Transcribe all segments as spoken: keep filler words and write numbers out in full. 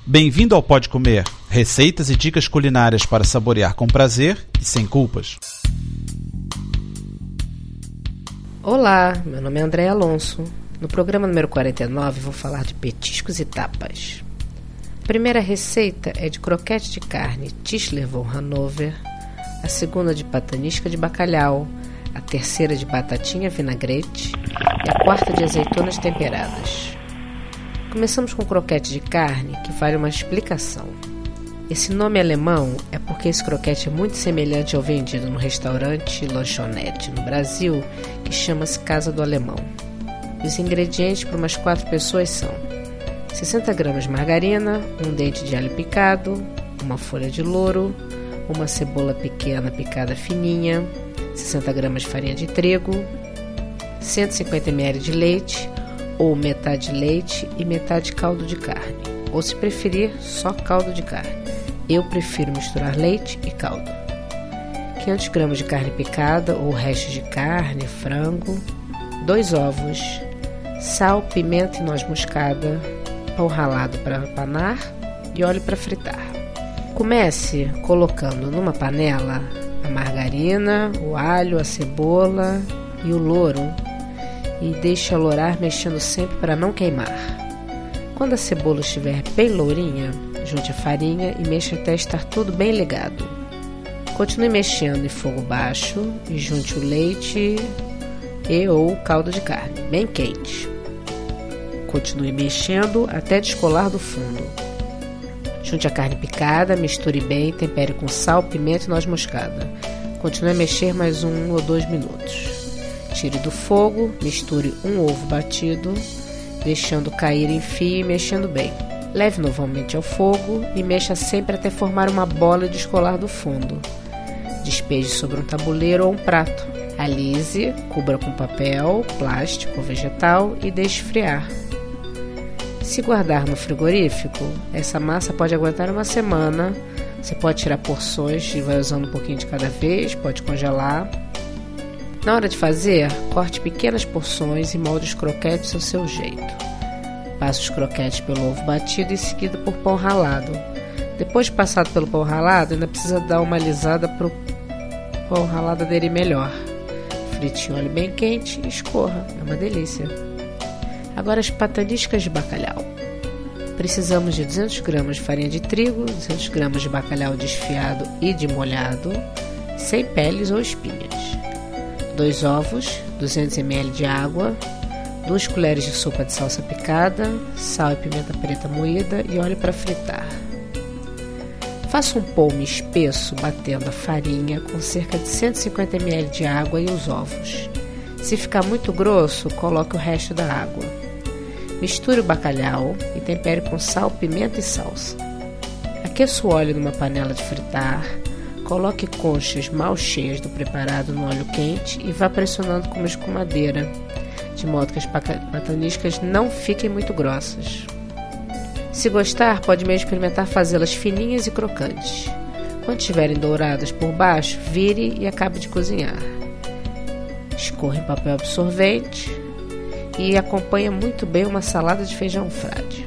Bem-vindo ao Pode Comer, receitas e dicas culinárias para saborear com prazer e sem culpas. Olá, meu nome é André Alonso. No programa número quarenta e nove vou falar de petiscos e tapas. A primeira receita é de croquete de carne Tischler von Hannover, a segunda de patanisca de bacalhau, a terceira de batatinha vinagrete e a quarta de azeitonas temperadas. Começamos com o croquete de carne, que vale uma explicação. Esse nome alemão é porque esse croquete é muito semelhante ao vendido no restaurante lanchonete no Brasil, que chama-se Casa do Alemão. Os ingredientes para umas quatro pessoas são sessenta gramas de margarina, um dente de alho picado, uma folha de louro, uma cebola pequena picada fininha, sessenta gramas de farinha de trigo, cento e cinquenta mililitros de leite, ou metade leite e metade caldo de carne, ou se preferir, só caldo de carne. Eu prefiro misturar leite e caldo. quinhentos gramas de carne picada ou restos de carne, frango, dois ovos, sal, pimenta e noz moscada, pão ralado para panar e óleo para fritar. Comece colocando numa panela a margarina, o alho, a cebola e o louro e deixe lourar mexendo sempre para não queimar. Quando a cebola estiver bem lourinha, junte a farinha e mexa até estar tudo bem ligado. Continue mexendo em fogo baixo e junte o leite e ou o caldo de carne, bem quente. Continue mexendo até descolar do fundo. Junte a carne picada, misture bem, tempere com sal, pimenta e noz moscada. Continue a mexer mais um ou dois minutos. Tire do fogo, misture um ovo batido, deixando cair em fio e mexendo bem. Leve novamente ao fogo e mexa sempre até formar uma bola e descolar do fundo. Despeje sobre um tabuleiro ou um prato. Alise, cubra com papel, plástico ou vegetal e deixe esfriar. Se guardar no frigorífico, essa massa pode aguentar uma semana. Você pode tirar porções e vai usando um pouquinho de cada vez, pode congelar. Na hora de fazer, corte pequenas porções e molde os croquetes ao seu jeito. Passe os croquetes pelo ovo batido e seguido por pão ralado. Depois de passado pelo pão ralado, ainda precisa dar uma alisada para o pão ralado aderir melhor. Frite em óleo bem quente e escorra, é uma delícia. Agora as pataniscas de bacalhau. Precisamos de duzentas gramas de farinha de trigo, duzentas gramas de bacalhau desfiado e demolhado, sem peles ou espinhas. Dois ovos, duzentos mililitros de água, duas colheres de sopa de salsa picada, sal e pimenta preta moída e óleo para fritar. Faça um polme espesso batendo a farinha com cerca de cento e cinquenta mililitros de água e os ovos. Se ficar muito grosso, coloque o resto da água. Misture o bacalhau e tempere com sal, pimenta e salsa. Aqueça o óleo numa panela de fritar. Coloque conchas mal cheias do preparado no óleo quente e vá pressionando com uma escumadeira, de modo que as pataniscas não fiquem muito grossas. Se gostar, pode mesmo experimentar fazê-las fininhas e crocantes. Quando estiverem douradas por baixo, vire e acabe de cozinhar. Escorra em papel absorvente e acompanha muito bem uma salada de feijão frade.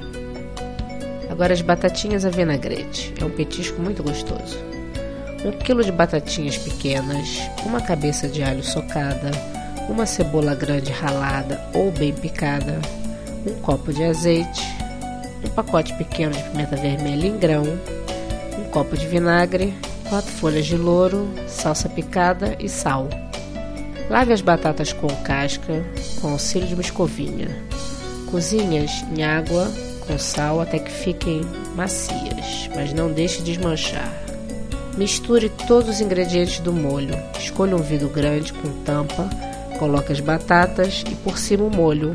Agora as batatinhas a vinagrete. É um petisco muito gostoso. Um quilo de batatinhas pequenas, uma cabeça de alho socada, uma cebola grande ralada ou bem picada, um copo de azeite, um pacote pequeno de pimenta vermelha em grão, um copo de vinagre, quatro folhas de louro, salsa picada e sal. Lave as batatas com casca, com auxílio de uma escovinha. Cozinhe-as em água com sal até que fiquem macias, mas não deixe desmanchar. Misture todos os ingredientes do molho. Escolha um vidro grande com tampa, coloque as batatas e por cima o molho.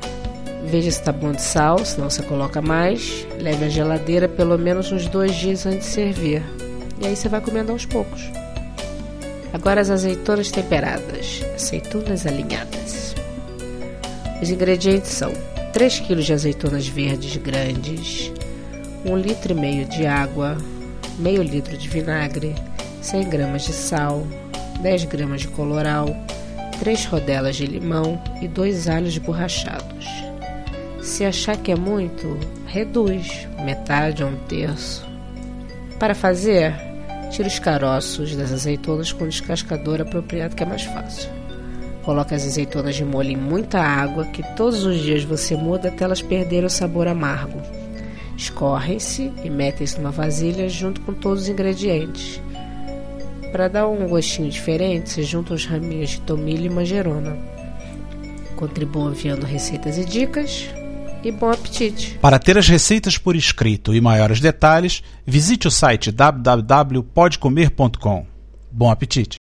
Veja se está bom de sal, senão você coloca mais. Leve à geladeira pelo menos uns dois dias antes de servir. E aí você vai comendo aos poucos. Agora as azeitonas temperadas, azeitonas alinhadas. Os ingredientes são três quilos de azeitonas verdes grandes, um litro e meio de água, meio litro de vinagre, cem gramas de sal, dez gramas de colorau, três rodelas de limão e dois alhos borrachados. Se achar que é muito, reduz, metade ou um terço. Para fazer, tira os caroços das azeitonas com um descascador apropriado, que é mais fácil. Coloque as azeitonas de molho em muita água, que todos os dias você muda até elas perderem o sabor amargo. Escorrem-se e metem-se numa vasilha junto com todos os ingredientes. Para dar um gostinho diferente, se juntam os raminhos de tomilho e manjerona. Contribua enviando receitas e dicas e bom apetite! Para ter as receitas por escrito e maiores detalhes, visite o site w w w ponto pode comer ponto com. Bom apetite!